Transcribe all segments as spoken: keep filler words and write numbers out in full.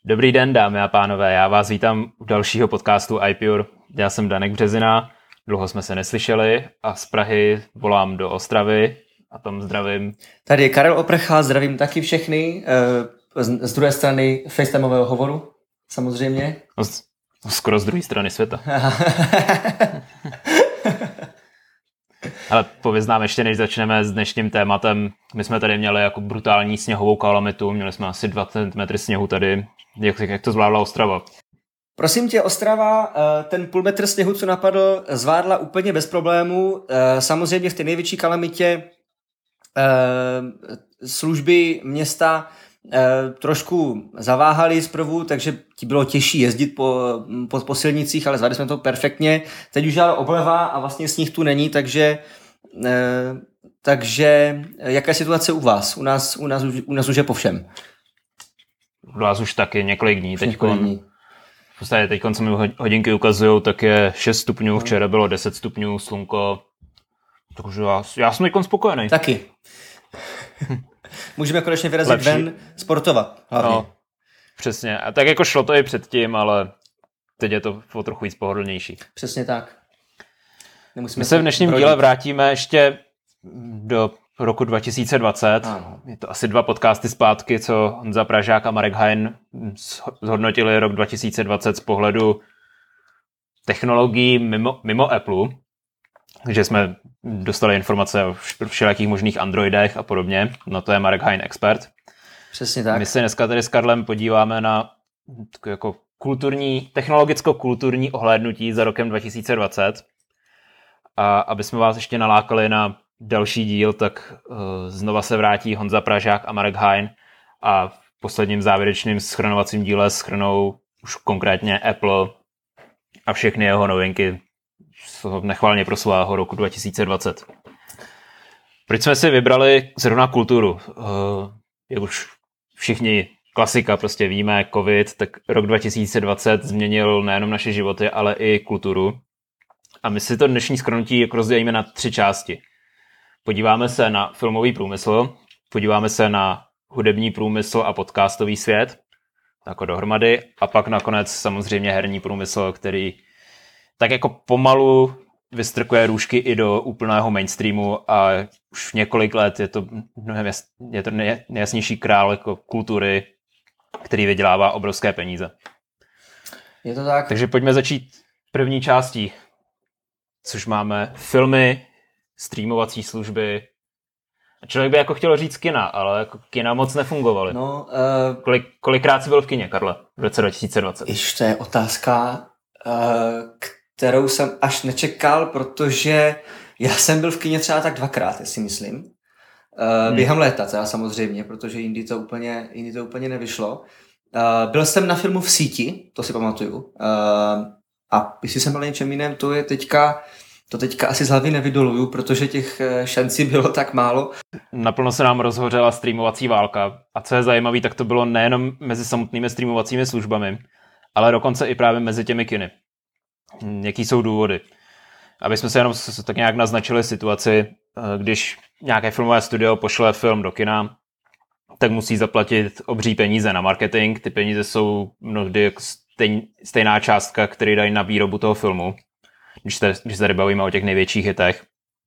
Dobrý den, dámy a pánové, já vás vítám u dalšího podcastu iPure. Já jsem Danek Březina, dlouho jsme se neslyšeli a z Prahy volám do Ostravy a tam zdravím. Tady je Karel Oprcha, zdravím taky všechny, z druhé strany FaceTimeového hovoru, samozřejmě. No, skoro z druhé strany světa. Ale pověz nám ještě, než začneme s dnešním tématem. My jsme tady měli jako brutální sněhovou kalamitu, měli jsme asi dva centimetry sněhu tady. Jak, jak to zvládla Ostrava? Prosím tě, Ostrava ten půl metr sněhu, co napadl, zvládla úplně bez problémů. Samozřejmě v té největší kalamitě služby města trošku zaváhali zprvu, takže ti bylo těžší jezdit po, po, po silnicích, ale zvládli jsme to perfektně. Teď už ale obleva a vlastně sníh tu není, takže, takže jaká je situace u vás? U nás, u nás, u nás už je po všem. U nás už taky několik dní. Teďkon, v podstatě teď, co mi hodinky ukazují, tak je šest stupňů, včera bylo deset stupňů, slunko. Takže já, já jsem teďkon spokojený. Taky. Můžeme konečně vyrazit Lepší. ven sportovat. Hlavně. No, přesně. A tak jako šlo to i předtím, ale teď je to o trochu víc pohodlnější. Přesně tak. Nemusíme My se v dnešním brodit. díle vrátíme ještě do roku dva tisíce dvacet. Ano. Je to asi dva podcasty zpátky, co Honza Pražák a Marek Hein zhodnotili rok dva tisíce dvacet z pohledu technologií mimo, mimo Apple. Takže jsme dostali informace o všelijakých možných Androidech a podobně. No to je Marek Hein expert. Přesně tak. My se dneska tady s Karlem podíváme na jako kulturní, technologicko-kulturní ohlédnutí za rokem dva tisíce dvacet. A aby jsme vás ještě nalákali na další díl, tak uh, znova se vrátí Honza Pražák a Marek Hein a v posledním závěrečným shrnovacím díle shrnou už konkrétně Apple a všechny jeho novinky nechvalně proslulého roku dva tisíce dvacet. Proč jsme si vybrali zrovna kulturu? Uh, jak už všichni klasika prostě víme, covid, tak rok dva tisíce dvacet změnil nejenom naše životy, ale i kulturu. A my si to dnešní shrnutí jako rozdělíme na tři části. Podíváme se na filmový průmysl, podíváme se na hudební průmysl a podcastový svět, jako dohromady, a pak nakonec samozřejmě herní průmysl, který tak jako pomalu vystrkuje růžky i do úplného mainstreamu a už několik let je to, je to nejjasnější král jako kultury, který vydělává obrovské peníze. Je to tak. Takže pojďme začít první částí, což máme filmy, streamovací služby. Člověk by jako chtěl říct kina, ale jako kina moc nefungovaly. No, uh, Kolik, kolikrát jsi byl v kině, Karle, v roce dva tisíce dvacet? Ještě je otázka, uh, kterou jsem až nečekal, protože já jsem byl v kině třeba tak dvakrát, si myslím. Uh, hmm. Během léta teda samozřejmě, protože jindy to úplně, jindy to úplně nevyšlo. Uh, byl jsem na filmu V síti, to si pamatuju. Uh, a jestli jsem byl něčem jiném, to je teďka, to teďka asi z hlavy nevydoluju, protože těch šancí bylo tak málo. Naplno se nám rozhořela streamovací válka. A co je zajímavé, tak to bylo nejenom mezi samotnými streamovacími službami, ale dokonce i právě mezi těmi kiny. Jaký jsou důvody? Aby jsme se jenom tak nějak naznačili situaci, když nějaké filmové studio pošle film do kina, tak musí zaplatit obří peníze na marketing. Ty peníze jsou mnohdy stejn, stejná částka, který dají na výrobu toho filmu, když se, když se tady bavíme o těch největších hitech.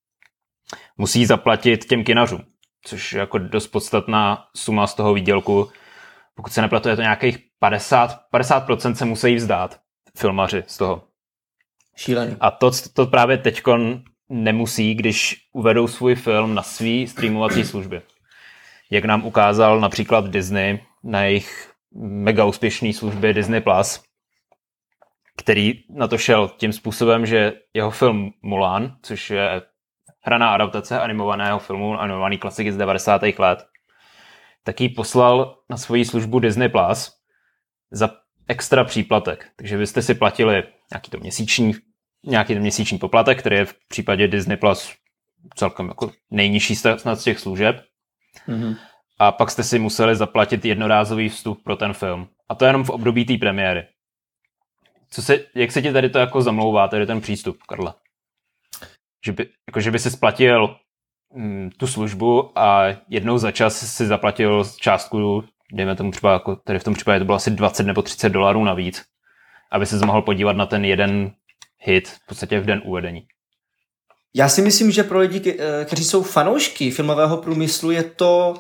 Musí zaplatit těm kinařům, což je jako dost podstatná suma z toho výdělku. Pokud se nepletu, je to nějakých padesát procent se musí vzdát filmaři z toho. Šílený. A to, to právě teďkon nemusí, když uvedou svůj film na svý streamovací službě. Jak nám ukázal například Disney na jejich mega úspěšné službě Disney Plus, který na to šel tím způsobem, že jeho film Mulan, což je hraná adaptace animovaného filmu, animovaný klasiky z devadesátých let, tak ji poslal na svoji službu Disney Plus za extra příplatek. Takže vy jste si platili nějaký to měsíční, nějaký to měsíční poplatek, který je v případě Disney Plus celkem jako nejnižší snad z těch služeb. Mm-hmm. A pak jste si museli zaplatit jednorázový vstup pro ten film. A to jenom v období té premiéry. Co se, jak se ti tady to jako zamlouvá, tady ten přístup, Karla? Že by, jako, že by si splatil mm, tu službu a jednou za čas si zaplatil částku dejme tomu třeba, jako tady v tom případě to bylo asi dvacet nebo třicet dolarů navíc, aby se mohl podívat na ten jeden hit v podstatě v den uvedení. Já si myslím, že pro lidi, kteří jsou fanoušky filmového průmyslu, je to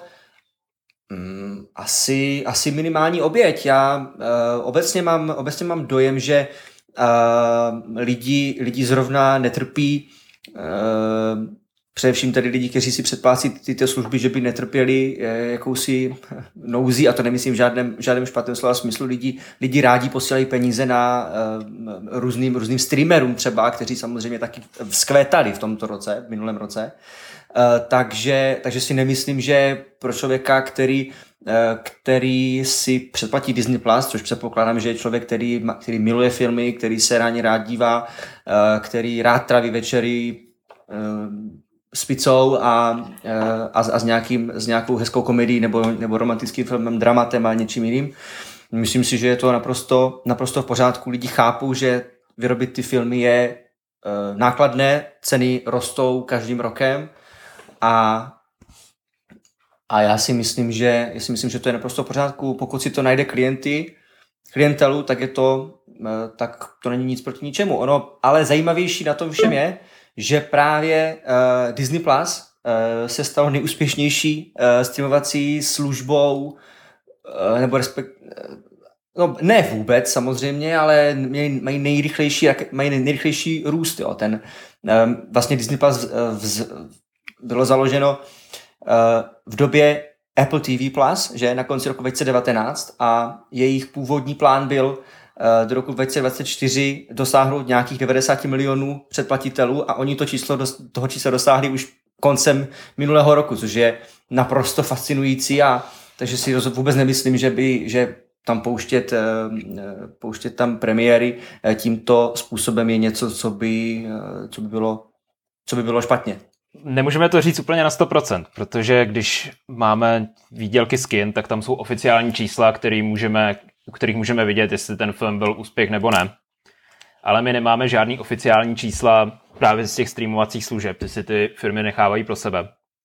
mm, asi, asi minimální oběť. Já uh, obecně, mám, obecně mám dojem, že uh, lidi, lidi zrovna netrpí, uh, především tady lidi, kteří si předplácí tyto služby, že by netrpěli uh, jakousi nouzí, a to nemyslím v žádném, žádném špatném slova smyslu. Lidi, lidi rádi posílají peníze na uh, různým, různým streamerům třeba, kteří samozřejmě taky vzkvétali v tomto roce, v minulém roce. Uh, takže, takže si nemyslím, že pro člověka, který, uh, který si předplatí Disney Plus, což předpokládám, že je člověk, který, který miluje filmy, který se rádi rád dívá, uh, který rád tráví večery uh, s pizzou a, uh, a, a s, nějakým, s nějakou hezkou komedií nebo, nebo romantickým filmem, dramatem a něčím jiným. Myslím si, že je to naprosto, naprosto v pořádku. Lidi chápou, že vyrobit ty filmy je uh, nákladné, ceny rostou každým rokem. A, a já si myslím, že já si myslím, že to je naprosto v pořádku. Pokud si to najde klienty, klientelu, tak je to, tak to není nic proti ničemu. Ono, ale zajímavější na tom všem je, že právě uh, Disney Plus uh, se stalo nejúspěšnější uh, streamovací službou, uh, nebo respekt, uh, no ne vůbec samozřejmě, ale mají nejrychlejší, mají nejrychlejší růst. Jo. Ten, um, vlastně Disney Plus vz, bylo založeno uh, v době Apple T V Plus, že na konci roku dva tisíce devatenáct, a jejich původní plán byl uh, do roku dva tisíce dvacet čtyři dosáhnout nějakých devadesát milionů předplatitelů, a oni to číslo, toho čísla dosáhli už koncem minulého roku, což je naprosto fascinující, a takže si vůbec nemyslím, že by, že tam pouštět, pouštět tam premiéry tímto způsobem je něco, co by, co by bylo, co by bylo špatně. Nemůžeme to říct úplně na sto procent, protože když máme výdělky z kin, tak tam jsou oficiální čísla, který můžeme, u kterých můžeme vidět, jestli ten film byl úspěch nebo ne. Ale my nemáme žádný oficiální čísla právě z těch streamovacích služeb, ty si ty firmy nechávají pro sebe.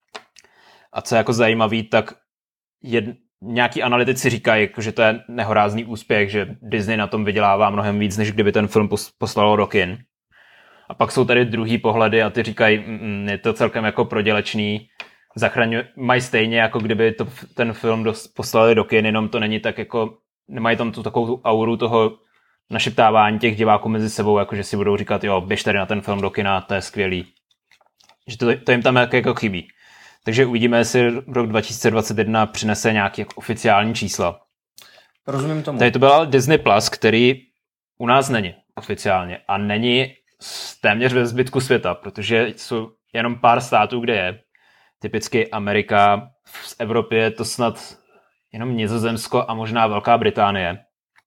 A co je jako zajímavý, tak jed, nějaký analytici říkají, že to je nehorázný úspěch, že Disney na tom vydělává mnohem víc, než kdyby ten film poslalo do kin. A pak jsou tady druhý pohledy a ty říkají, mm, je to celkem jako prodělečný, zachraňují, mají stejně, jako kdyby to, ten film dos, poslali do kin, jenom to není tak jako, nemají tam tu takovou auru toho našeptávání těch diváků mezi sebou, jako že si budou říkat, jo, běž tady na ten film do kina, to je skvělý. Že to, to jim tam jako, jako chybí. Takže uvidíme, jestli rok dva tisíce dvacet jedna přinese nějaké jako oficiální čísla. Rozumím tomu. Tady to byl Disney Plus, který u nás není oficiálně a není téměř ve zbytku světa, protože jsou jenom pár států, kde je. Typicky Amerika, v Evropě je to snad jenom Nizozemsko a možná Velká Británie.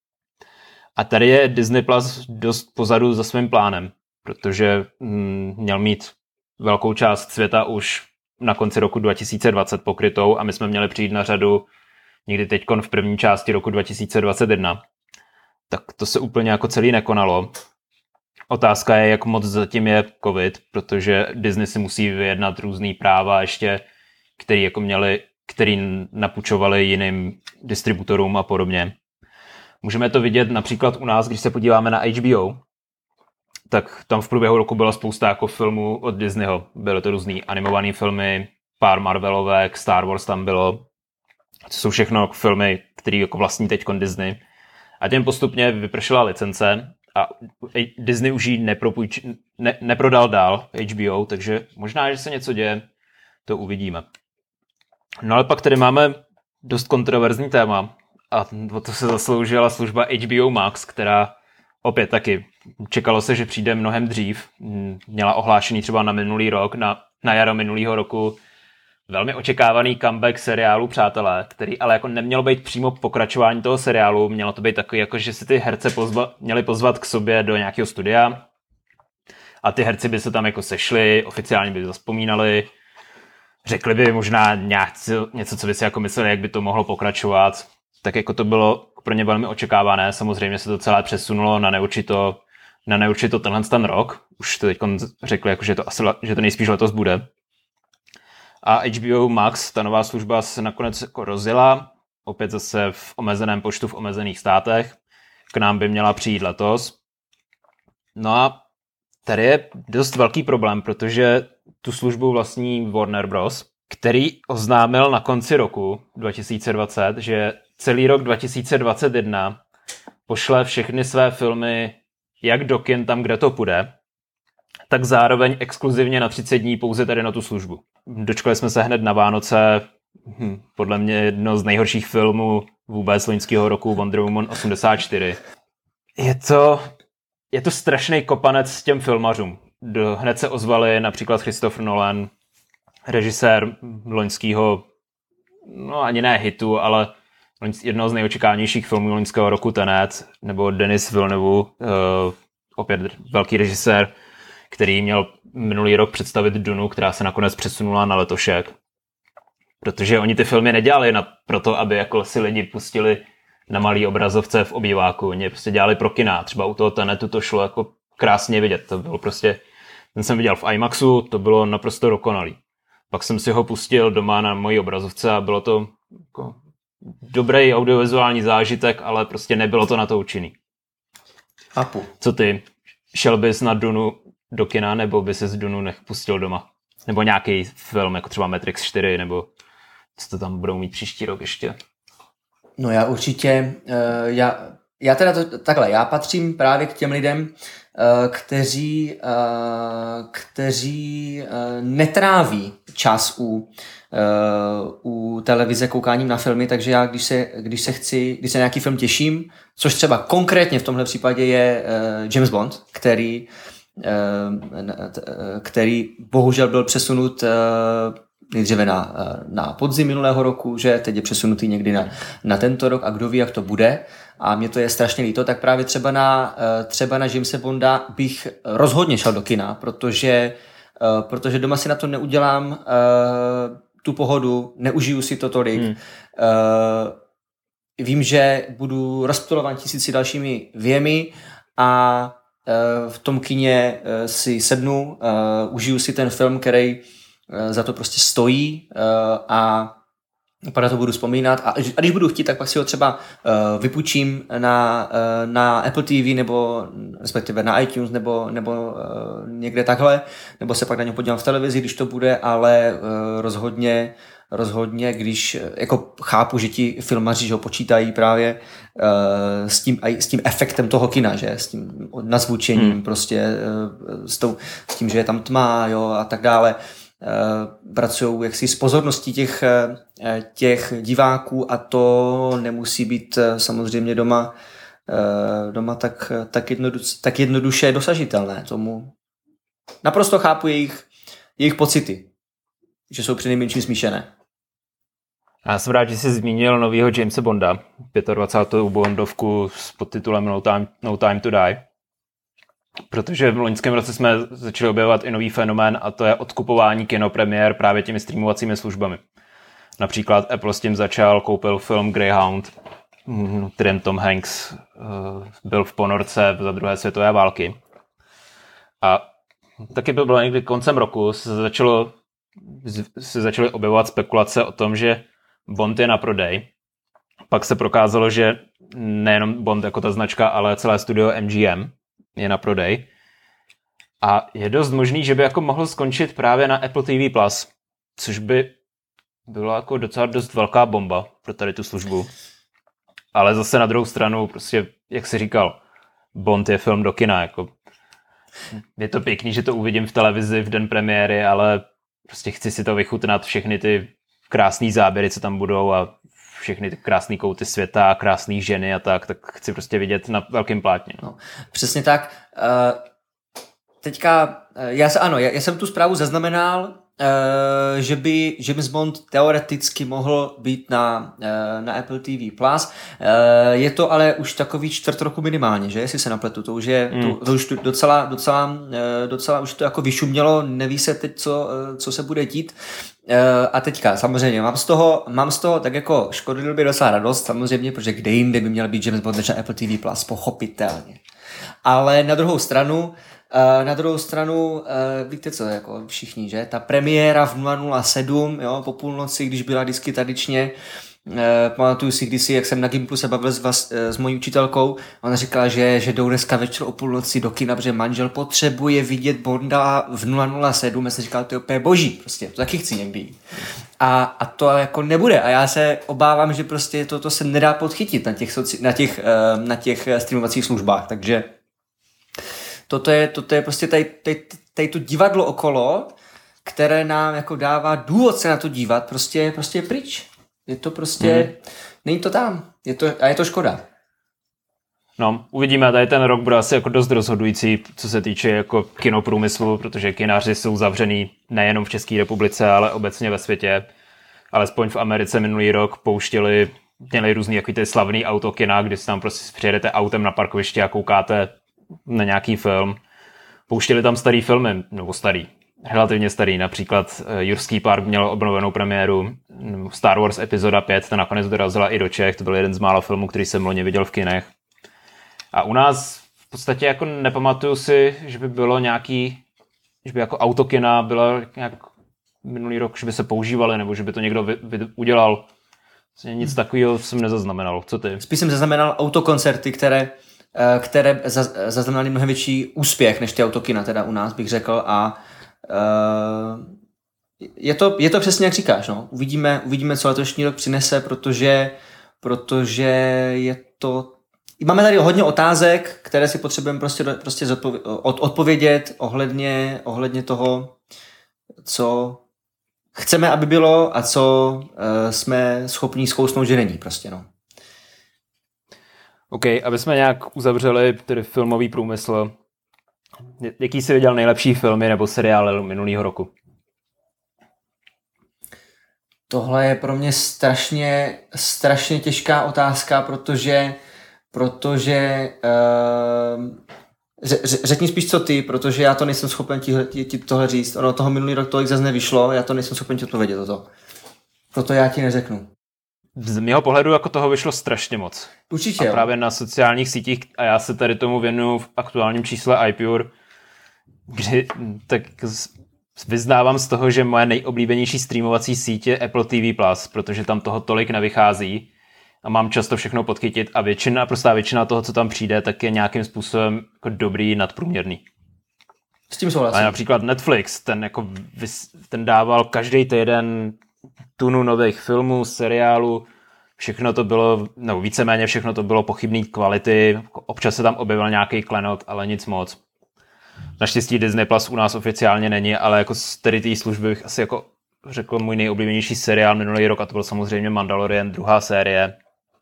A tady je Disney Plus dost pozadu za svým plánem, protože hm, měl mít velkou část světa už na konci roku dva tisíce dvacet pokrytou a my jsme měli přijít na řadu někdy teďkon v první části roku dva tisíce dvacet jedna. Tak to se úplně jako celý nekonalo. Otázka je, jak moc zatím je covid, protože Disney si musí vyjednat různý práva ještě, který jako měli, který napůjčovali jiným distributorům a podobně. Můžeme to vidět například u nás, když se podíváme na H B O, tak tam v průběhu roku byla spousta jako filmů od Disneyho. Byly to různý animované filmy, pár Marvelovek, Star Wars tam bylo. To jsou všechno filmy, které jako vlastní teďkon Disney. A těm postupně vypršela licence a Disney už ji nepropůjč, ne, neprodal dál H B O, takže možná, že se něco děje, to uvidíme. No ale pak tady máme dost kontroverzní téma a o to se zasloužila služba H B O Max, která opět taky čekalo se, že přijde mnohem dřív. Měla ohlášený třeba na minulý rok, na, na jaro minulýho roku velmi očekávaný comeback seriálu Přátelé, který ale jako nemělo být přímo pokračování toho seriálu, mělo to být takový, jako že si ty herce pozva, měli pozvat k sobě do nějakého studia a ty herci by se tam jako sešli, oficiálně by zazpomínali, řekli by možná něco, něco, co by si jako mysleli, jak by to mohlo pokračovat. Tak jako to bylo pro ně velmi očekávané, samozřejmě se to celé přesunulo na neurčito, na neurčito tenhle ten rok, už to teď řekli, jako, že, to asi, že to nejspíš letos bude. A H B O Max, ta nová služba, se nakonec jako rozjela, opět zase v omezeném počtu v omezených státech. K nám by měla přijít letos. No a tady je dost velký problém, protože tu službu vlastní Warner Bros., který oznámil na konci roku dva tisíce dvacet, že celý rok dva tisíce dvacet jedna pošle všechny své filmy jak do kin tam, kde to půjde, tak zároveň exkluzivně na třicet dní pouze tady na tu službu. Dočkali jsme se hned na Vánoce, hm, podle mě jedno z nejhorších filmů vůbec loňského roku, Wonder Woman osmdesát čtyři. Je to, je to strašný kopanec s těm filmařům. Do, hned se ozvali například Christopher Nolan, režisér loňského, no ani ne hitu, ale jednoho z nejočekávanějších filmů loňského roku Tenet, nebo Denis Villeneuve, uh, opět velký režisér, který měl minulý rok představit Dunu, která se nakonec přesunula na letošek. Protože oni ty filmy nedělali na, proto, aby jako si lidi pustili na malý obrazovce v obýváku. Oni prostě dělali pro kina. Třeba u toho Tenetu to šlo jako krásně vidět. To bylo prostě, ten jsem viděl v IMAXu, to bylo naprosto dokonalý. Pak jsem si ho pustil doma na mojí obrazovce a bylo to jako dobrý audiovizuální zážitek, ale prostě nebylo to na to účinný. Apu. Co ty? Šel bys na Dunu do kina, nebo by ses Dunu nech pustil doma? Nebo nějaký film, jako třeba Matrix čtyři, nebo co to tam budou mít příští rok ještě? No já určitě, uh, já, já teda to, takhle, já patřím právě k těm lidem, uh, kteří, uh, kteří uh, netráví čas u, uh, u televize koukáním na filmy, takže já, když se, když se chci, když se na nějaký film těším, což třeba konkrétně v tomhle případě je uh, James Bond, který který bohužel byl přesunut nejdříve na, na podzim minulého roku, že teď je přesunutý někdy na, na tento rok a kdo ví, jak to bude. A mě to je strašně líto, tak právě třeba na, třeba na Jamese Bonda bych rozhodně šel do kina, protože, protože doma si na to neudělám tu pohodu, neužiju si to tolik. Hmm. Vím, že budu rozptylován tisíci dalšími věmi a v tom kině si sednu, užiju si ten film, který za to prostě stojí a na to budu vzpomínat. A když budu chtít, tak pak si ho třeba vypůjčím na, na Apple T V nebo respektive na iTunes nebo, nebo někde takhle, nebo se pak na něm podívám v televizi, když to bude, ale rozhodně rozhodně, když jako chápu, že ti filmaři, že ho počítají právě uh, s, tím, s tím efektem toho kina, že? S tím nazvučením, hmm. prostě uh, s, tou, s tím, že je tam tma, jo, a tak dále. Uh, pracují jaksi s pozorností těch, uh, těch diváků a to nemusí být uh, samozřejmě doma, uh, doma tak, tak, jednodu, tak jednoduše dosažitelné. Tomu naprosto chápu jejich, jejich pocity, že jsou přinejmenším smíšené. Já jsem rád, že jsi zmínil novýho Jamesa Bonda, dvacátou pátou Bondovku s podtitulem No Time, no Time to Die. Protože v loňském roce jsme začali objevovat i nový fenomén a to je odkupování kinopremiér právě těmi streamovacími službami. Například Apple s tím začal, koupil film Greyhound, kterým Tom Hanks byl v ponorce za druhé světové války. A taky by bylo někdy koncem roku se začalo se začaly objevovat spekulace o tom, že Bond je na prodej. Pak se prokázalo, že nejenom Bond jako ta značka, ale celé studio M G M je na prodej. A je dost možný, že by jako mohl skončit právě na Apple T V plus, což by byla jako docela dost velká bomba pro tady tu službu. Ale zase na druhou stranu, prostě, jak jsi říkal, Bond je film do kina. Jako. Je to pěkný, že to uvidím v televizi v den premiéry, ale prostě chci si to vychutnat, všechny ty krásný záběry, co tam budou a všechny ty krásný kouty světa, krásný ženy a tak, tak chci prostě vidět na velkém plátně. No, přesně tak. Uh, teďka, já se, ano, já, já jsem tu zprávu zaznamenal, uh, že by James Bond teoreticky mohl být na, uh, na Apple T V plus. Uh, je to ale už takový čtvrt roku minimálně, že? Jestli se napletu, to už je mm. to, to už docela, docela, uh, docela už to jako vyšumělo, neví se teď, co, uh, co se bude dít. Uh, a teďka, samozřejmě, mám z toho, mám z toho tak jako škodlivě docela radost, samozřejmě, protože kde jinde by měl být James Bond než na Apple T V plus, pochopitelně. Ale na druhou stranu, Uh, na druhou stranu, uh, víte co, jako všichni, že? Ta premiéra v nula nula sedm, jo, po půlnoci, když byla vždycky tradičně, E, pamatuju si kdysi, jak jsem na Gimplu se bavil s, vás, s mojí učitelkou, ona říkala, že, že jdou dneska večer o půlnoci do kina, protože manžel potřebuje vidět Bonda v nula nula sedm, já jsem říkal, to je úplně boží, prostě, to taky chci někdy. A, a to jako nebude a já se obávám, že prostě toto se nedá podchytit na těch, soci, na těch, na těch streamovacích službách, takže toto je, toto je prostě tady, tady, tady to divadlo okolo, které nám jako dává důvod se na to dívat, prostě, prostě je pryč. Je to prostě, hmm. není to tam. Je to, a je to škoda. No, uvidíme, tady ten rok bude asi jako dost rozhodující, co se týče jako kinoprůmyslu, protože kináři jsou zavřený nejenom v České republice, ale obecně ve světě. Alespoň v Americe minulý rok pouštěli, měli různý jaký ty slavný autokina, kdy si tam prostě přijedete autem na parkoviště a koukáte na nějaký film. Pouštěli tam starý filmy, nebo starý, relativně starý, například Jurský park měl obnovenou premiéru, Star Wars epizoda pět, ta nakonec dorazila i do Čech, to byl jeden z mála filmů, který jsem loni viděl v kinech. A u nás v podstatě jako nepamatuju si, že by bylo nějaký, že by jako autokina byla nějak minulý rok, že by se používaly, nebo že by to někdo vy, vy, udělal. Nic takového jsem nezaznamenal. Co ty? Spíš jsem zaznamenal autokoncerty, které, které zaznamenaly mnohem větší úspěch než ty autokina, teda u nás bych řekl. A uh, je, to, je to přesně jak říkáš. No. Uvidíme, uvidíme, co letošní rok přinese, protože, protože je to... Máme tady hodně otázek, které si potřebujeme prostě, prostě odpovědět ohledně, ohledně toho, co chceme, aby bylo a co uh, jsme schopni zkousnout, že není prostě, no. OK, aby jsme nějak uzavřeli tedy filmový průmysl, jaký jsi viděl nejlepší filmy nebo seriály minulýho roku? Tohle je pro mě strašně, strašně těžká otázka, protože protože uh, řekni spíš co ty, protože já to nejsem schopen ti, ti, ti tohle říct. Ono toho minulý rok tolik zase nevyšlo, já to nejsem schopen ti odpovědět toto. Proto já ti neřeknu. Z mého pohledu jako toho vyšlo strašně moc. Určitě. A právě na sociálních sítích, a já se tady tomu věnuju v aktuálním čísle iPure, kdy tak vyznávám z toho, že moje nejoblíbenější streamovací síť je Apple T V plus, protože tam toho tolik nevychází a mám často všechno podchytit a většina, prostá většina toho, co tam přijde, tak je nějakým způsobem jako dobrý, nadprůměrný. S tím souhlasím. Ale například Netflix, ten, jako, ten dával každý týden tunu nových filmů, seriálů, všechno to bylo, nebo víceméně všechno to bylo pochybné kvality, občas se tam objevil nějaký klenot, ale nic moc. Naštěstí Disney Plus u nás oficiálně není, ale jako z tedy té služby bych asi jako řekl můj nejoblíbenější seriál minulý rok a to byl samozřejmě Mandalorian, druhá série,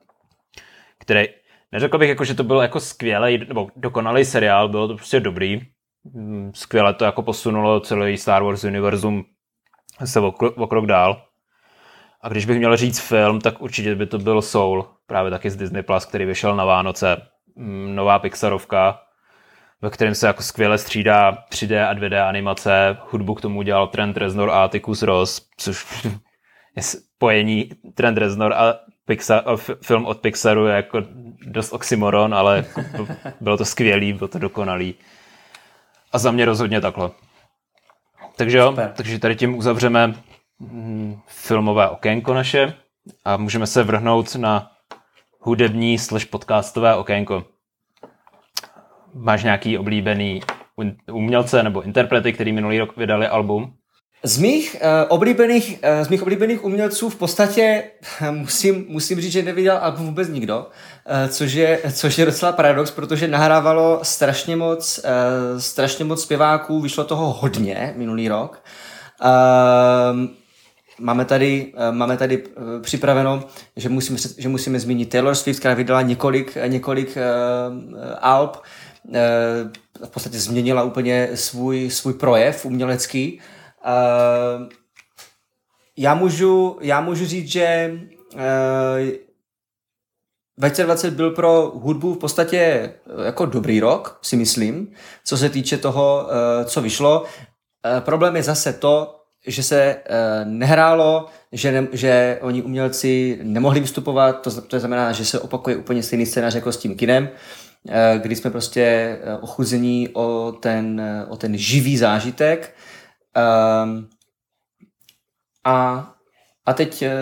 který, neřekl bych jako, že to byl jako skvělý, nebo dokonalý seriál, bylo to prostě dobrý, skvěle to jako posunulo celý Star Wars univerzum se o, o krok dál. A když bych měl říct film, tak určitě by to byl Soul, právě taky z Disney Plus, který vyšel na Vánoce, nová Pixarovka, ve kterém se jako skvěle střídá tři dé a dvě dé animace, hudbu k tomu dělal Trent Reznor a Atticus Ross, což je spojení Trent Reznor a Pixar, film od Pixaru je jako dost oxymoron, ale bylo to skvělý, bylo to dokonalý. A za mě rozhodně takhle. Takže jo, Super. takže tady tím uzavřeme filmové okénko naše a můžeme se vrhnout na hudební slash podcastové okénko. Máš nějaký oblíbený umělce nebo interprety, který minulý rok vydali album? Z mých, uh, oblíbených, uh, z mých oblíbených umělců v podstatě musím, musím říct, že nevydal album vůbec nikdo, uh, což, je, což je docela paradox, protože nahrávalo strašně moc, uh, strašně moc zpěváků, vyšlo toho hodně minulý rok. Uh, Máme tady, máme tady připraveno, že musíme, že musíme zmínit Taylor Swift, která vydala několik, několik uh, alb, uh, v podstatě změnila úplně svůj, svůj projev umělecký. Uh, já, můžu, já můžu říct, že uh, dvacet dvacet byl pro hudbu v podstatě jako dobrý rok, si myslím, co se týče toho, uh, co vyšlo. Uh, problém je zase to, že se uh, nehrálo, že, ne, že oni umělci nemohli vystupovat, to, to znamená, že se opakuje úplně stejný scénář jako s tím kinem, uh, kdy jsme prostě uh, ochuzení o ten, uh, o ten živý zážitek. Um, a, a teď uh,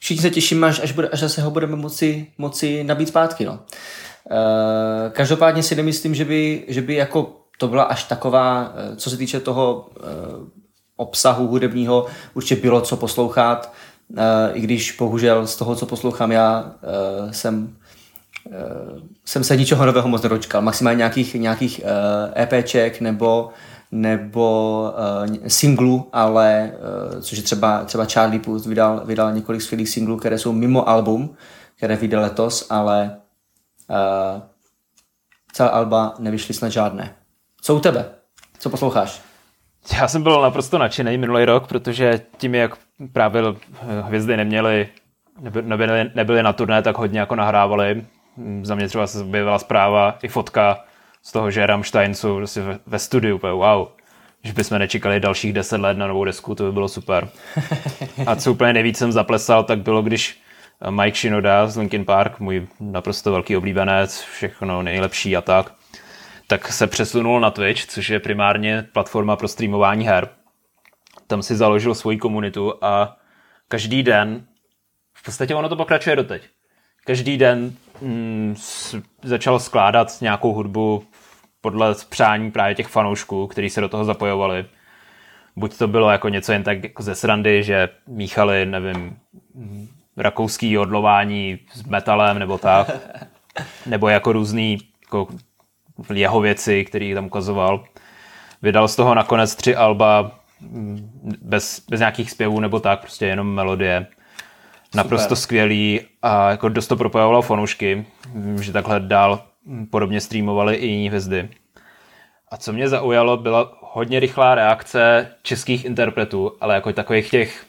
všichni se těšíme, až, až, bude, až zase ho budeme moci, moci nabít zpátky. No. E, každopádně si nemyslím, že by, že by jako to byla až taková, co se týče toho e, obsahu hudebního, určitě bylo co poslouchat, e, i když bohužel z toho, co poslouchám já, e, jsem, e, jsem se ničeho nového moc nedočkal. Maximálně nějakých, nějakých e, EPček nebo nebo uh, singlu, ale uh, což je třeba, třeba Charlie Puth vydal, vydal několik skvělých singlů, které jsou mimo album, které vydal letos, ale uh, celé alba nevyšly snad žádné. Co u tebe? Co posloucháš? Já jsem byl naprosto nadšený minulý rok, protože tím, jak právě hvězdy neměly, nebyly, nebyly na turné, tak hodně jako nahrávali. Za mě třeba se objevila zpráva i fotka z toho, že Rammstein jsou vlastně ve, ve studiu, wow, že bychom nečekali dalších deset let na novou desku, to by bylo super. A co úplně nejvíc jsem zaplesal, tak bylo, když Mike Shinoda z Linkin Park, můj naprosto velký oblíbenec, všechno nejlepší a tak, tak se přesunul na Twitch, což je primárně platforma pro streamování her. Tam si založil svoji komunitu a každý den, v podstatě ono to pokračuje doteď, každý den mm, začal skládat nějakou hudbu podle přání právě těch fanoušků, kteří se do toho zapojovali. Buď to bylo jako něco jen tak jako ze srandy, že míchali, nevím, rakouský jodlování s metalem nebo tak, nebo jako různý jako jeho věci, který tam ukazoval. Vydal z toho nakonec tři alba bez, bez nějakých zpěvů nebo tak, prostě jenom melodie. Naprosto Super. Skvělý a jako dost to propojovalo fanoušky, že takhle dál podobně streamovali i jiní hvězdy. A co mě zaujalo, byla hodně rychlá reakce českých interpretů, ale jako takových těch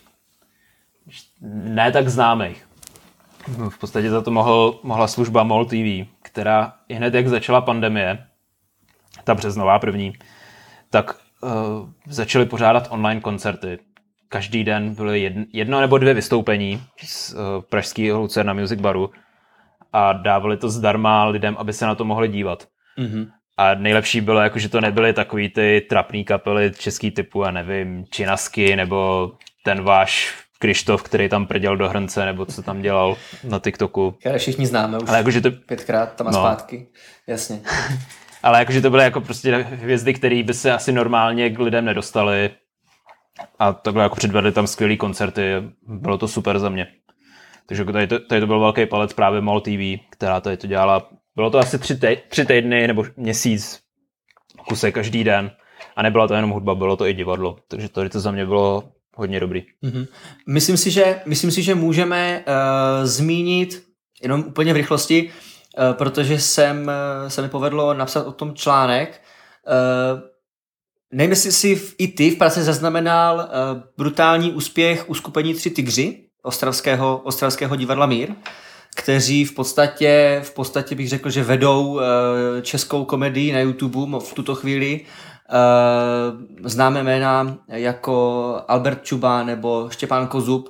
ne tak známých. V podstatě za to mohl, mohla služba M O L T V, která i hned jak začala pandemie, ta březnová první, tak uh, začali pořádat online koncerty. Každý den byly jedno, jedno nebo dvě vystoupení z uh, pražského Lucerna Music Baru a dávali to zdarma lidem, aby se na to mohli dívat. Mm-hmm. A nejlepší bylo, jako, že to nebyly takový ty trapný kapely český typu, a nevím, Činasky nebo ten váš Krištof, který tam prděl do hrnce, nebo co tam dělal na TikToku. Které všichni známe už. Ale jako, že to... pětkrát tam a no. Zpátky. Jasně. Ale jakože to byly jako prostě hvězdy, které by se asi normálně k lidem nedostali. A takhle jako předvedli tam skvělý koncerty. Bylo to super za mě. Takže tady to, tady to byl velký palec právě M O L T V, která tady to dělala. Bylo to asi tři, tý, tři týdny nebo měsíc kuse každý den. A nebyla to jenom hudba, bylo to i divadlo. Takže tady to za mě bylo hodně dobrý. Mm-hmm. Myslím si, že, myslím si, že můžeme uh, zmínit jenom úplně v rychlosti, uh, protože jsem, uh, se mi povedlo napsat o tom článek. Uh, nevím, jestli jsi v, i ty v Praze zaznamenal uh, brutální úspěch uskupení Tři tygři ostravského, ostravského divadla Mír, kteří v podstatě, v podstatě bych řekl, že vedou uh, českou komedii na YouTube v tuto chvíli. Uh, známe jména jako Albert Čuba nebo Štěpán Kozub.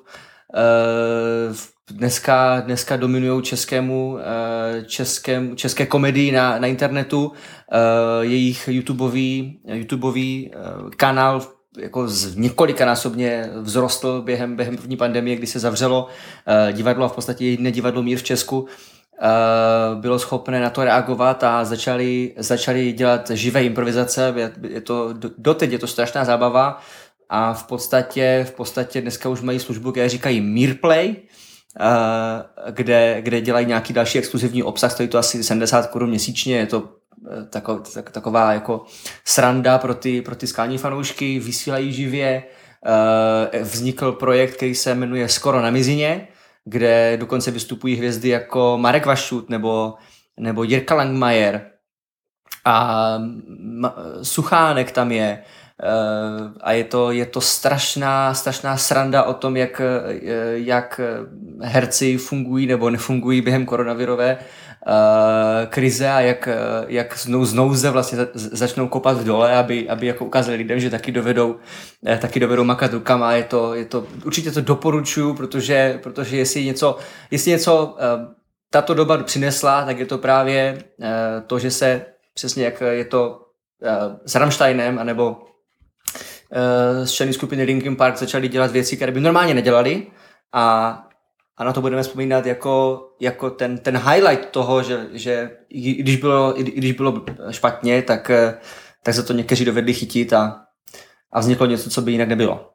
Uh, dneska, dneska dominují českému, uh, českém, české komedii na, na internetu. Uh, jejich YouTubeový, YouTubeový uh, kanál jako z několikanásobně vzrostl během, během první pandemie, kdy se zavřelo uh, divadlo a v podstatě jediné divadlo Mír v Česku. Uh, bylo schopné na to reagovat a začali, začali dělat živé improvizace. Je, je to, doteď je to strašná zábava a v podstatě, v podstatě dneska už mají službu, které říkají Mírplay, uh, kde, kde dělají nějaký další exkluzivní obsah, stojí to asi sedmdesát korun měsíčně, je to tako, tak, taková jako sranda pro ty, pro ty skalní fanoušky, vysílají živě. Uh, vznikl projekt, který se jmenuje Skoro na mizině, kde dokonce vystupují hvězdy jako Marek Vašut nebo, nebo Jirka Langmajer a Suchánek tam je a je to, je to strašná, strašná sranda o tom, jak, jak herci fungují nebo nefungují během koronavirové krize a jak, jak znou, znouze vlastně začnou kopat v dole, aby, aby jako ukázali lidem, že taky dovedou, taky dovedou makat rukama. Je to, je to, určitě to doporučuju, protože, protože jestli něco, jestli něco tato doba přinesla, tak je to právě to, že se přesně jak je to s Rammsteinem anebo z členů skupiny Linkin Park začali dělat věci, které by normálně nedělali a a na to budeme vzpomínat jako, jako ten, ten highlight toho, že, že i, když bylo, i, i když bylo špatně, tak, tak se to někteří dovedli chytit a, a vzniklo něco, co by jinak nebylo.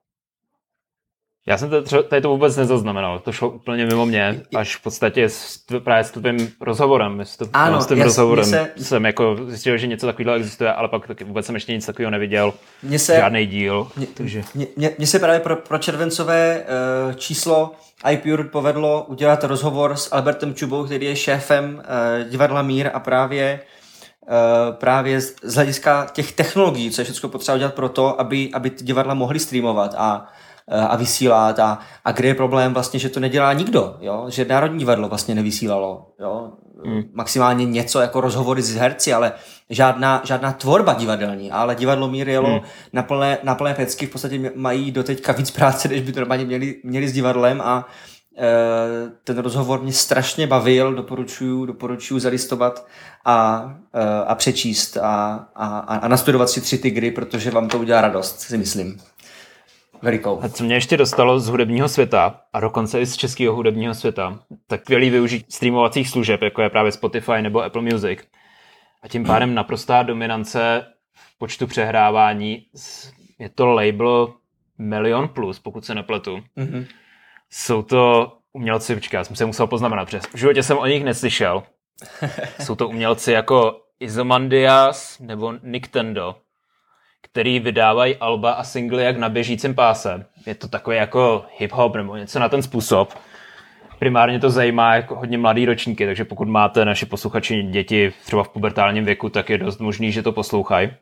Já jsem to, tady to vůbec nezaznamenal, to šlo úplně mimo mě, až v podstatě s, právě s tvým rozhovorem, s, to, ano, s tím jas, rozhovorem se, jsem jako zjistil, že něco takového existuje, ale pak taky vůbec jsem ještě nic takového neviděl, se, žádný díl. Mně takže... se právě pro, pro červencové uh, číslo iPure povedlo udělat rozhovor s Albertem Čubou, který je šéfem uh, divadla Mír a právě Uh, právě z, z hlediska těch technologií, co je všechno potřeba udělat pro to, aby, aby ty divadla mohly streamovat a, uh, a vysílat a, a kde je problém vlastně, že to nedělá nikdo, jo? Že Národní divadlo vlastně nevysílalo, jo? Hmm. Maximálně něco jako rozhovory s herci, ale žádná, žádná tvorba divadelní, ale divadlo Mír jelo hmm. na, plné, na plné pecky, v podstatě mají doteďka víc práce, než by to normálně měli, měli s divadlem a ten rozhovor mě strašně bavil, doporučuju, doporučuju zalistovat a, a přečíst a, a, a nastudovat si tři tygry, protože vám to udělá radost, si myslím. Velikou. A co mě ještě dostalo z hudebního světa a dokonce i z českého hudebního světa, tak skvělý využít streamovacích služeb, jako je právě Spotify nebo Apple Music. A tím pádem naprostá dominance v počtu přehrávání. Je to label Milion Plus, pokud se nepletu. Mm-hmm. Jsou to umělci, počkej, já jsem se musel poznamenat, protože v životě jsem o nich neslyšel. Jsou to umělci jako Izomandias nebo Nictendo, který vydávají alba a singly jak na běžícím páse. Je to takový jako hip-hop nebo něco na ten způsob. Primárně to zajímá jako hodně mladý ročníky, takže pokud máte naši posluchači děti třeba v pubertálním věku, tak je dost možný, že to poslouchají.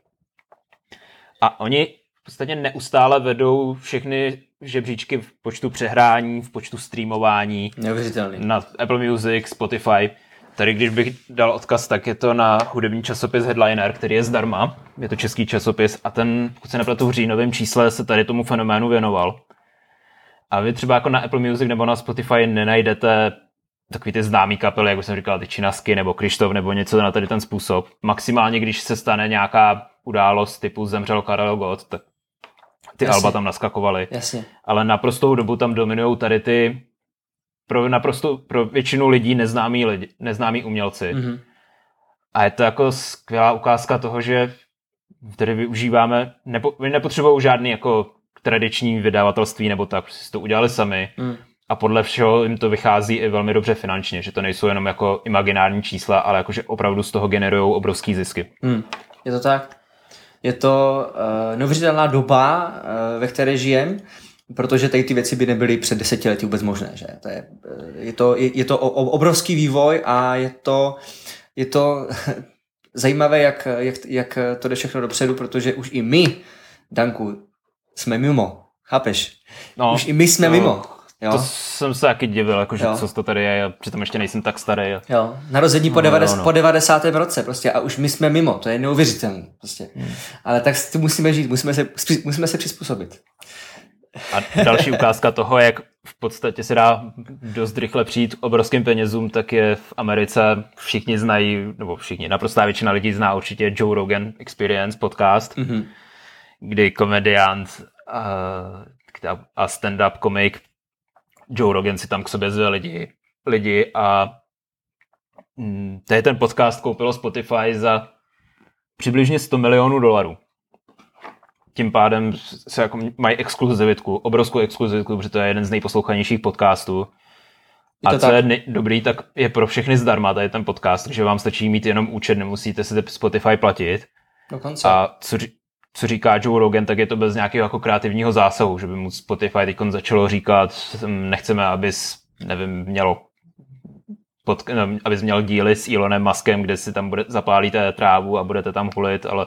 A oni v podstatě neustále vedou všechny žebříčky v počtu přehrání, v počtu streamování. Neuvěřitelný. Na Apple Music, Spotify. Tady, když bych dal odkaz, tak je to na hudební časopis Headliner, který je zdarma. Je to český časopis a ten, pokud se nepletu, v říjnovém čísle se tady tomu fenoménu věnoval. A vy třeba jako na Apple Music nebo na Spotify nenajdete takový ty známý kapely, jak jsem říkal, ty Činasky nebo Krištof nebo něco na tady ten způsob. Maximálně, když se stane nějaká událost typu zemřel Karel Gott, tak ty Jasně. alba tam naskakovaly. Jasně. Ale naprostou dobu tam dominujou tady ty pro, naprosto, pro většinu lidí neznámí, lidi, neznámí umělci. Mm-hmm. A je to jako skvělá ukázka toho, že tady využíváme, nepo, nepotřebují žádný jako tradiční vydavatelství nebo tak, prostě si to udělali sami mm. a podle všeho jim to vychází i velmi dobře finančně, že to nejsou jenom jako imaginární čísla, ale jakože opravdu z toho generují obrovský zisky. Mm. Je to tak? Je to uh, neuvěřitelná doba, uh, ve které žijem, protože tady ty věci by nebyly před deseti lety vůbec možné. Že? To je, je, to, je, je to obrovský vývoj a je to, je to zajímavé, jak, jak, jak to jde všechno dopředu, protože už i my, Danku, jsme mimo. Chápeš? No, už i my jsme no, mimo. Jo? To jsem se taky divil, jakože co to tady je, přitom ještě nejsem tak starý. Jo, narození po, no, devadesátém, no, no. po devadesátém roce prostě a už my jsme mimo, to je neuvěřitelné. Prostě. Hmm. Ale tak tu musíme žít, musíme se, musíme se přizpůsobit. A další ukázka toho, jak v podstatě se dá dost rychle přijít k obrovským penězům, tak je v Americe, všichni znají, nebo všichni, naprostá většina lidí zná určitě Joe Rogan Experience podcast, mm-hmm. kdy komediant a, a stand-up komik Joe Rogan si tam k sobě zve lidi, lidi a mm, tady ten podcast koupilo Spotify za přibližně sto milionů dolarů. Tím pádem se jako mají exkluzivitku, obrovskou exkluzivitku, protože to je jeden z nejposlouchanějších podcastů. A co tak? je ne- dobrý, tak je pro všechny zdarma tady ten podcast, takže vám stačí mít jenom účet, nemusíte si Spotify platit. Dokonce. A co, co říká Joe Rogan, tak je to bez nějakého jako kreativního zásahu, že by mu Spotify teď začalo říkat, nechceme, abys, nevím, mělo pod, no, abys měl díly s Elonem Muskem, kde si tam bude, zapálíte trávu a budete tam hulit, ale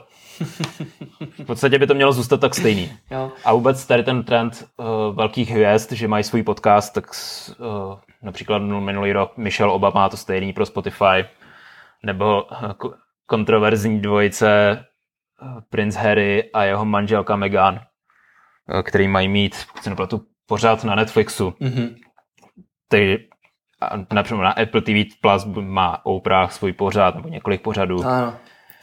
v podstatě by to mělo zůstat tak stejný. Jo. A vůbec tady ten trend uh, velkých hvězd, že mají svůj podcast, tak uh, například minulý rok Michelle Obama má to stejný pro Spotify, nebo uh, kontroverzní dvojice uh, Prince Harry a jeho manželka Meghan, uh, který mají mít, pokud se nepletu, pořád na Netflixu. Mm-hmm. Tedy například na Apple T V Plus má Oprah svůj pořad, nebo několik pořadů. Ano.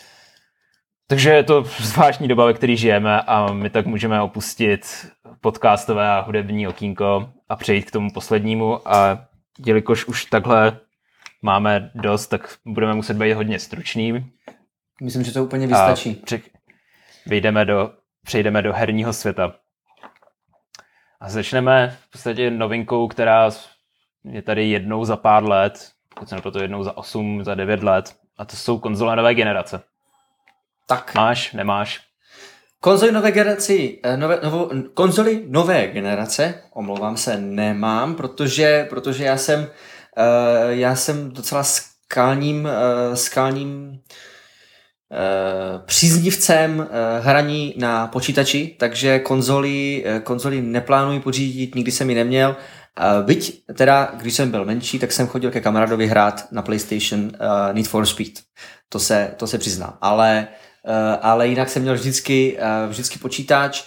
Takže je to zvláštní doba, ve které žijeme a my tak můžeme opustit podcastové a hudební okýnko a přejít k tomu poslednímu a jelikož už takhle máme dost, tak budeme muset být hodně stručný. Myslím, že to úplně vystačí. A vyjdeme do, přejdeme do herního světa. A začneme v podstatě novinkou, která je tady jednou za pár let, pokud se to jednou za osm, za devět let, a to jsou konzole nové generace. Tak. Máš, nemáš? Konzoli nové generaci, nové, novo, konzoli nové generace, omlouvám se, nemám, protože, protože já jsem, uh, já jsem docela skalním, uh, skalním uh, příznivcem uh, hraní na počítači, takže konzoli, uh, konzoli neplánuji pořídit, nikdy jsem ji neměl. Uh, byť teda, když jsem byl menší, tak jsem chodil ke kamarádovi hrát na PlayStation uh, Need for Speed. To se, to se přiznám, ale Uh, ale jinak jsem měl vždycky, uh, vždycky počítač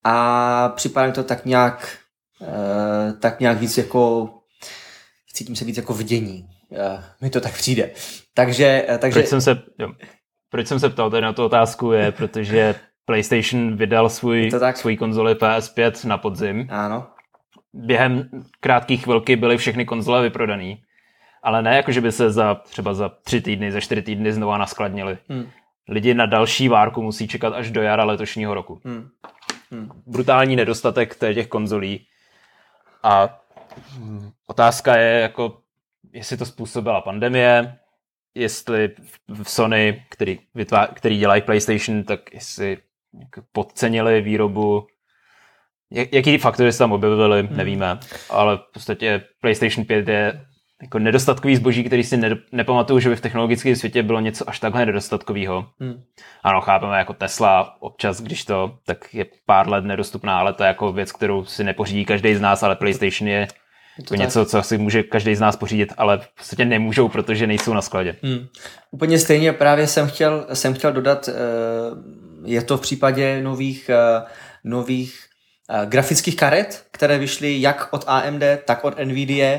a připadá mi to tak nějak, uh, tak nějak víc jako, cítím se víc jako v dění. Uh, mi to tak přijde. Takže, uh, takže... Proč jsem se, jo, proč jsem se ptal tady na tu otázku je, protože PlayStation vydal svůj, svůj konzoli P S pět na podzim. Ano. Během krátké chvilky byly všechny konzole vyprodané, ale ne jako, že by se za třeba za tři týdny, za čtyři týdny znova naskladnily. Hmm. Lidi na další várku musí čekat až do jara letošního roku. Hmm. Hmm. Brutální nedostatek těch konzolí. A otázka je, jako, jestli to způsobila pandemie, jestli v Sony, který, vytvá, který dělají PlayStation, tak jestli podcenili výrobu. Jaký faktory se tam objevily, hmm. nevíme. Ale v podstatě PlayStation pět je jako nedostatkový zboží, který si ne, nepamatuju, že by v technologickém světě bylo něco až takhle nedostatkového. Hmm. Ano, chápeme jako Tesla, občas, když to, tak je pár let nedostupná, ale to je jako věc, kterou si nepořídí každý z nás, ale PlayStation je, je to něco, co si může každý z nás pořídit, ale v podstatě nemůžou, protože nejsou na skladě. Hmm. Úplně stejně právě jsem chtěl, jsem chtěl dodat, je to v případě nových, nových grafických karet, které vyšly jak od A M D, tak od Nvidia.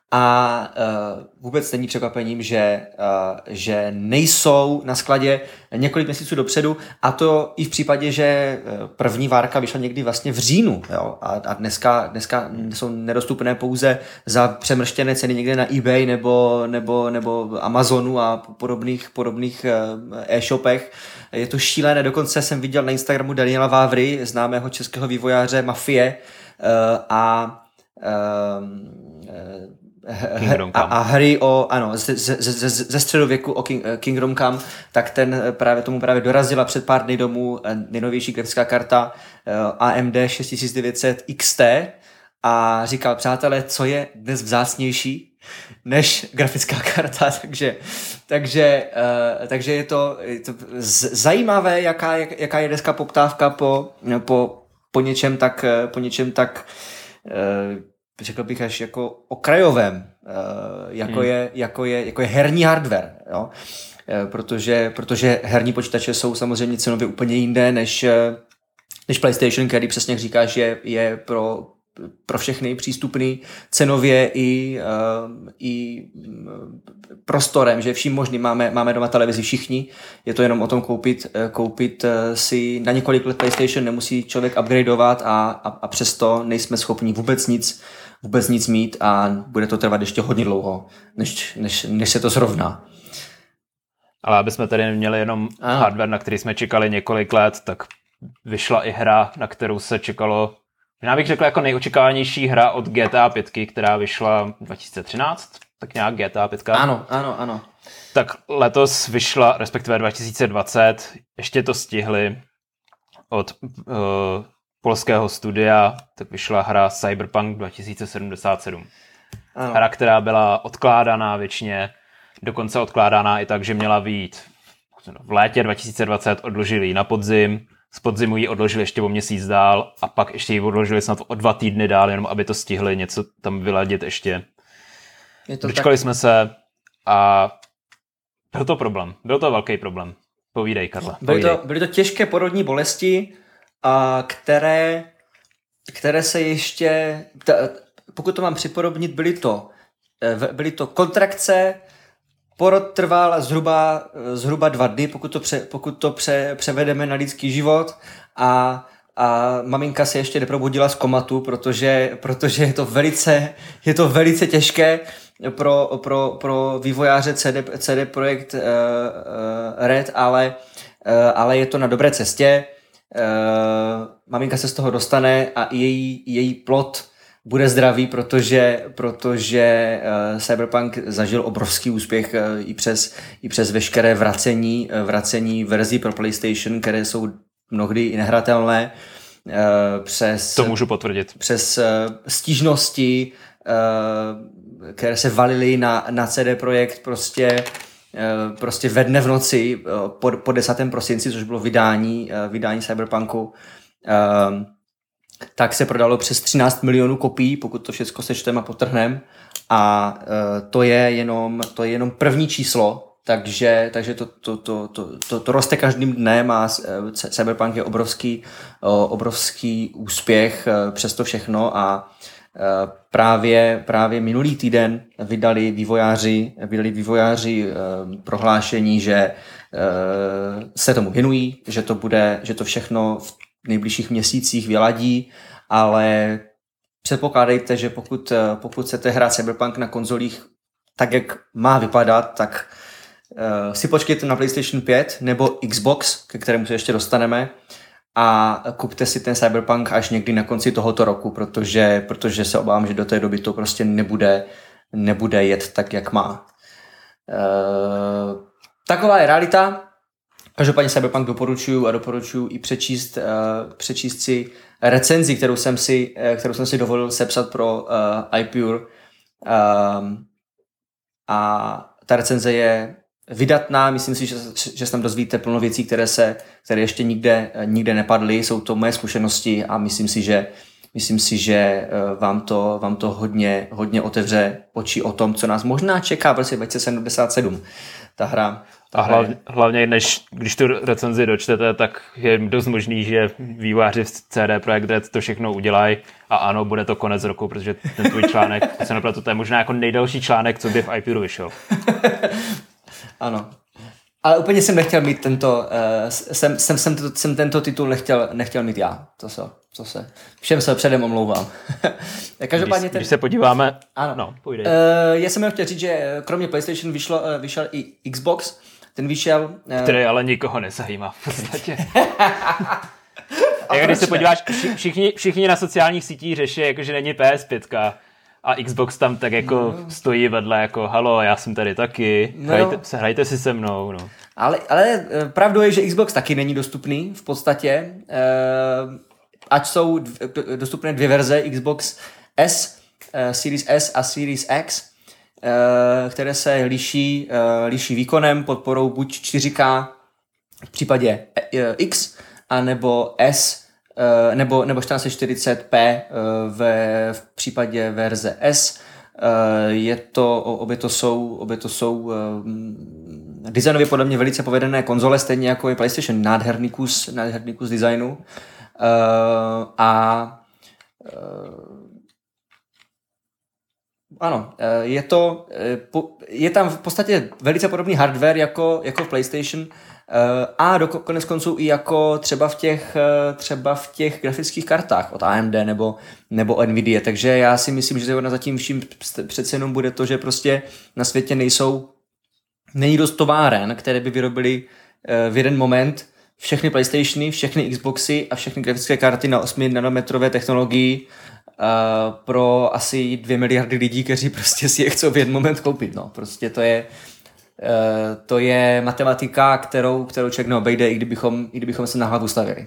A uh, vůbec není překvapením, že, uh, že nejsou na skladě několik měsíců dopředu, a to i v případě, že první várka vyšla někdy vlastně v říjnu. Jo? A, a dneska, dneska jsou nedostupné pouze za přemrštěné ceny někde na eBay nebo, nebo, nebo Amazonu a podobných, podobných uh, e-shopech. Je to šílené, dokonce jsem viděl na Instagramu Daniela Vávry, známého českého vývojáře Mafie, uh, a uh, A, a hry o, ano, ze, ze, ze, ze středověku o King, Kingdom Come, tak ten právě tomu právě dorazila před pár dny domů nejnovější grafická karta A M D šest tisíc devět set X T a říkal, přátelé, co je dnes vzácnější než grafická karta, takže, takže, uh, takže je to, je to zajímavé, jaká, jaká je dneska poptávka po, po, po něčem tak, po něčem tak uh, řekl bych až jako okrajovém, jako, hmm. je, jako, je, jako je herní hardware, jo? Protože, protože herní počítače jsou samozřejmě cenově úplně jindé než, než PlayStation, který přesně jak říkáš, je, je pro, pro všechny přístupný cenově i, i prostorem, že vším možným máme, máme doma televizi všichni, je to jenom o tom koupit, koupit si na několik let PlayStation, nemusí člověk upgradeovat a, a, a přesto nejsme schopni vůbec nic vůbec nic mít a bude to trvat ještě hodně dlouho, než, než, než se to srovná. Ale aby jsme tady neměli jenom Aha. hardware, na který jsme čekali několik let, tak vyšla i hra, na kterou se čekalo, já bych řekl jako nejočekávanější hra od G T A pět, která vyšla dva tisíce třináct, tak nějak G T A pět. Ano, ano, ano. Tak letos vyšla, respektive dva tisíce dvacet, ještě to stihli od uh, polského studia, tak vyšla hra Cyberpunk dva tisíce sedmdesát sedm. Ano. Hra, která byla odkládaná věčně, dokonce odkládaná i tak, že měla vyjít v létě dva tisíce dvacet, odložili ji na podzim, z podzimu ji odložili ještě o měsíc dál a pak ještě ji odložili snad o dva týdny dál, jenom aby to stihli něco tam vyladit ještě. Dočkali tak... jsme se a byl to problém, byl to velký problém. Povídej, Karle. Byly to, byly to těžké porodní bolesti, a které, které se ještě, pokud to mám připodobnit, byly to, byly to kontrakce, porod trval zhruba, zhruba dva dny, pokud to, pře, pokud to pře, převedeme na lidský život a a maminka se ještě neprobudila z komatu, protože, protože je to velice, je to velice těžké pro, pro, pro vývojáře C D, C D Projekt uh, uh, Red, ale, uh, ale je to na dobré cestě. Uh, maminka se z toho dostane a její, její plot bude zdravý, protože, protože uh, Cyberpunk zažil obrovský úspěch uh, i, přes, i přes veškeré vracení, uh, vracení verzí pro PlayStation, které jsou mnohdy i nehratelné, uh, přes... To můžu potvrdit. Přes uh, stížnosti, uh, které se valily na, na C D Projekt prostě, uh, prostě ve dne v noci uh, po, po desátém prosinci, což bylo vydání, uh, vydání Cyberpunku, uh, tak se prodalo přes třináct milionů kopií, pokud to všechno sečteme a potrhneme. A uh, to je jenom, to je jenom první číslo, takže, takže to, to, to, to, to, to roste každým dnem a uh, Cyberpunk je obrovský, uh, obrovský úspěch uh, přes to všechno a uh, právě, právě minulý týden vydali vývojáři, vydali vývojáři uh, prohlášení, že uh, se tomu věnují, že to bude, že to všechno v nejbližších měsících vyladí, ale předpokládejte, že pokud, pokud chcete hrát Cyberpunk na konzolích tak, jak má vypadat, tak uh, si počkejte na PlayStation pět nebo Xbox, ke kterému se ještě dostaneme, a kupte si ten Cyberpunk až někdy na konci tohoto roku, protože, protože se obávám, že do té doby to prostě nebude, nebude jet tak, jak má. Uh, taková je realita. Každopádně Cyberpunk doporučuju a doporučuju i přečíst, uh, přečíst si recenzi, kterou jsem si, uh, kterou jsem si dovolil sepsat pro uh, iPure. Um, a ta recenze je vydatná, myslím si, že, že se tam dozvíte plno věcí, které, se, které ještě nikde, nikde nepadly. Jsou to moje zkušenosti a myslím si, že, myslím si, že uh, vám to, vám to hodně, hodně otevře oči o tom, co nás možná čeká v roce dva tisíce sedmdesát sedm. Ta hra. A hlavně, hlavně, než když tu recenzi dočtete, tak je dost možný, že vývojáři v C D Projekt Red to všechno udělají a ano, bude to konec roku, protože ten tvůj článek, se nepletu, to je možná jako nejdelší článek, co by v iPuru vyšel. Ano. Ale úplně jsem nechtěl mít tento, uh, jsem, jsem, jsem, jsem tento titul nechtěl, nechtěl mít já. To se, to se, všem se předem omlouvám. Každopádně když, ten... když se podíváme... Ano. No, půjde. Uh, já jsem chtěl říct, že kromě PlayStation vyšlo, uh, vyšel i Xbox. Ten vyšel... Uh... Který ale nikoho nezajímá v podstatě. Jak když se podíváš, všichni, všichni na sociálních sítích řeší, jako, že není P S pět a Xbox tam tak jako no. stojí vedle, jako halo, já jsem tady taky, no. hrajte, se, hrajte si se mnou. No. Ale, ale pravdou je, že Xbox taky není dostupný v podstatě, uh, ať jsou dostupné dvě verze, Xbox S, uh, Series S a Series X, uh, které se liší, uh, liší výkonem, podporou buď čtyři ká v případě uh, X, anebo S, uh, nebo, nebo čtrnáct čtyřicet p uh, ve, v případě verze S. Uh, je to, obě to jsou, obě to jsou uh, designově podle mě velice povedené konzole, stejně jako je PlayStation, nádherný kus, nádherný kus designu. Uh, a uh, ano, je to, je tam v podstatě velice podobný hardware jako, jako v PlayStation a do konec konců i jako třeba v těch, třeba v těch grafických kartách od A M D nebo, nebo Nvidia, takže já si myslím, že na zatím vším přece jenom bude to, že prostě na světě nejsou, není dost továren, které by vyrobily v jeden moment všechny PlayStationy, všechny Xboxy a všechny grafické karty na osmi nanometrové technologii Uh, pro asi dvě miliardy lidí, kteří prostě si je chcou v jeden moment koupit. No. Prostě to je, uh, to je matematika, kterou, kterou člověk neobejde, i kdybychom, i kdybychom se na hlavu stavili.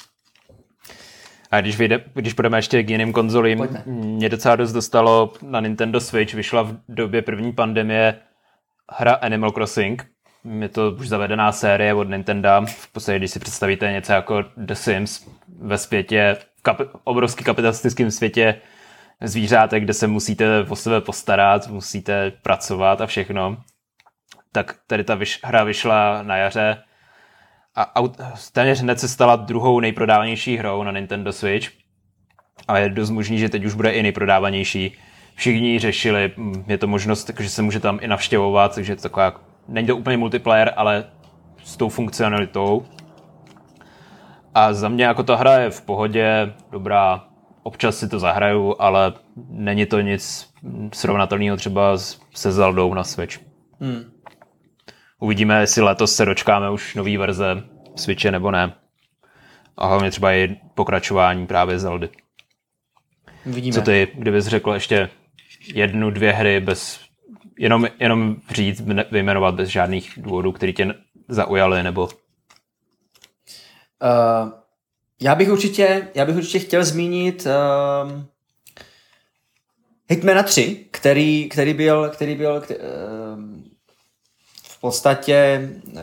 A když, vyjde, když půjdeme ještě k jiným konzolím, Pojďme. Mě docela dost dostalo na Nintendo Switch, vyšla v době první pandemie hra Animal Crossing. Je to už zavedená série od Nintendo. V podstatě, když si představíte něco jako The Sims ve světě, v kap- obrovský kapitalistickém světě zvířátek, kde se musíte o sebe postarat, musíte pracovat a všechno, tak tady ta vyš- hra vyšla na jaře a aut- téměř hned se stala druhou nejprodávanější hrou na Nintendo Switch a je dost možný, že teď už bude i nejprodávanější. Všichni ji řešili, je to možnost, že se může tam i navštěvovat, takže je to taková, není to úplně multiplayer, ale s tou funkcionalitou. A za mě jako ta hra je v pohodě, dobrá, občas si to zahraju, ale není to nic srovnatelného třeba se Zeldou na Switch. Hmm. Uvidíme, jestli letos se dočkáme už nový verze Switche nebo ne. A hlavně třeba i pokračování právě Zeldy. Vidíme. Co ty, kdybys řekl ještě jednu, dvě hry bez, jenom, jenom říct, vyjmenovat bez žádných důvodů, které tě zaujaly, nebo... Uh, já bych určitě, já bych určitě chtěl zmínit uh, Hitmana tři, který, který byl, který byl který, uh, v podstatě uh,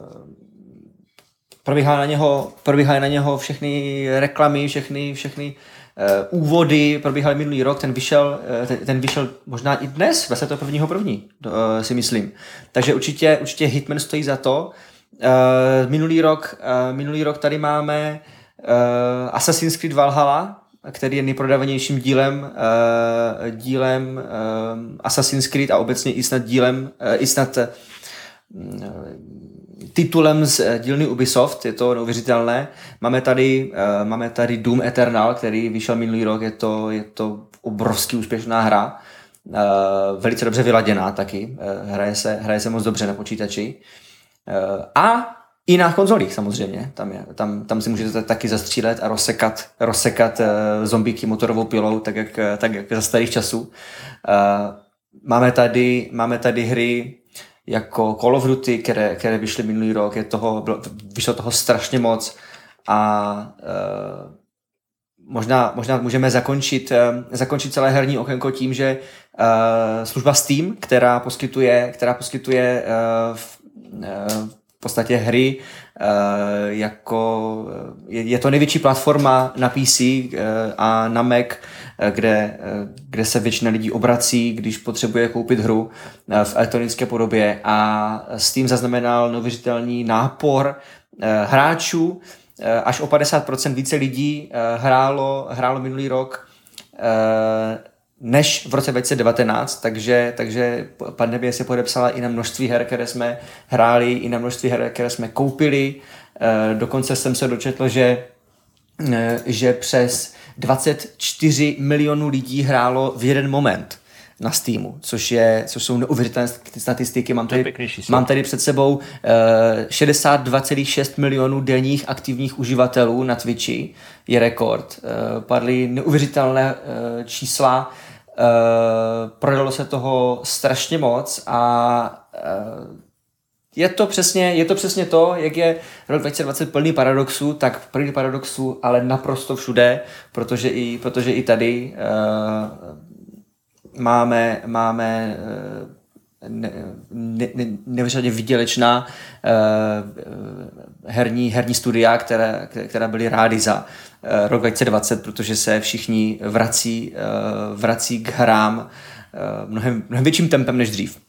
probíhaly na něho, probíhaly na něho všechny reklamy, všechny, všechny uh, úvody, probíhaly minulý rok, ten vyšel, uh, ten, ten vyšel možná i dnes, dvacátého prvního prvního uh, si myslím. Takže určitě, určitě Hitman stojí za to. Uh, minulý rok, uh, minulý rok tady máme uh, Assassin's Creed Valhalla, který je nejprodávanějším dílem, uh, dílem uh, Assassin's Creed a obecně i snad dílem, uh, i snad uh, titulem z dílny Ubisoft, je to neuvěřitelné. Máme tady, uh, máme tady Doom Eternal, který vyšel minulý rok, je to, je to obrovský úspěšná hra, uh, velice dobře vyladěná taky, uh, hraje se, hraje se moc dobře na počítači. Uh, a i na konzolích samozřejmě, tam, je, tam, tam si můžete taky zastřílet a rozsekat, rozsekat uh, zombíky motorovou pilou, tak jak, tak jak za starých časů. Uh, máme, tady, máme tady hry jako Call of Duty, které, které vyšly minulý rok, je toho, bylo, vyšlo toho strašně moc a uh, možná, možná můžeme zakončit, uh, zakončit celé herní okénko tím, že uh, služba Steam, která poskytuje, která poskytuje uh, v, uh, v podstatě hry, uh, jako je, je to největší platforma na P C uh, a na Mac, uh, kde, uh, kde se většina lidí obrací, když potřebuje koupit hru uh, v elektronické podobě, a Steam zaznamenal neuvěřitelný nápor uh, hráčů, uh, až o padesát procent více lidí uh, hrálo, hrálo minulý rok uh, než v roce dva tisíce devatenáct, takže, takže pandemie se podepsala i na množství her, které jsme hráli, i na množství her, které jsme koupili. E, dokonce jsem se dočetl, že, e, že přes dvacet čtyři milionů lidí hrálo v jeden moment na Steamu, což, je, což jsou neuvěřitelné statistiky. Mám tady, mám tady před sebou e, šedesát dva celá šest milionů denních aktivních uživatelů na Twitchi, je rekord. E, padly neuvěřitelné e, čísla, Uh, prodalo se toho strašně moc a uh, je to přesně, je to přesně to, jak je rok dva tisíce dvacet plný paradoxů, tak plný paradoxů, ale naprosto všude, protože i, protože i tady uh, máme, máme uh, ne, ne, ne, nevyřadě výdělečná uh, herní, herní studia, které, která byly rády za uh, rok dva tisíce dvacet, protože se všichni vrací, uh, vrací k hrám uh, mnohem, mnohem větším tempem než dřív.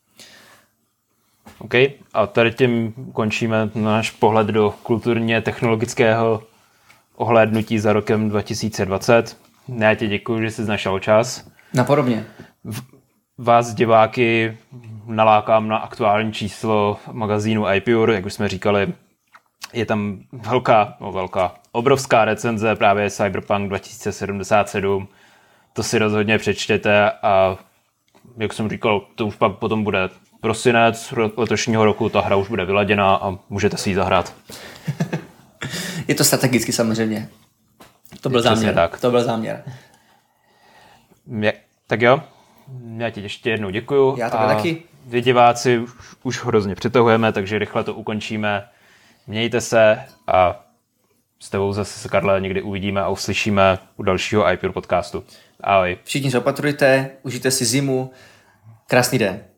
OK, a tady tím končíme náš pohled do kulturně technologického ohlédnutí za rokem dva tisíce dvacet. Já ti děkuji, že jsi našel čas. Napodobně. Vás, diváky, nalákám na aktuální číslo magazínu iPure, jak už jsme říkali. Je tam velká, no velká, obrovská recenze právě Cyberpunk dva tisíce sedmdesát sedm. To si rozhodně přečtěte a jak jsem říkal, to už pak potom bude prosinec letošního roku, ta hra už bude vyladěná a můžete si ji zahrát. Je to strategicky samozřejmě. To byl záměr. Tak. To byl záměr. Je, tak jo. Já ti ještě jednou děkuju. Já tebe taky. Vy diváci už, už hrozně přitahujeme, takže rychle to ukončíme. Mějte se a s tebou zase se, Karle, někdy uvidíme a uslyšíme u dalšího iPure podcastu. Ahoj. Všichni se opatrujte, užijte si zimu. Krásný den.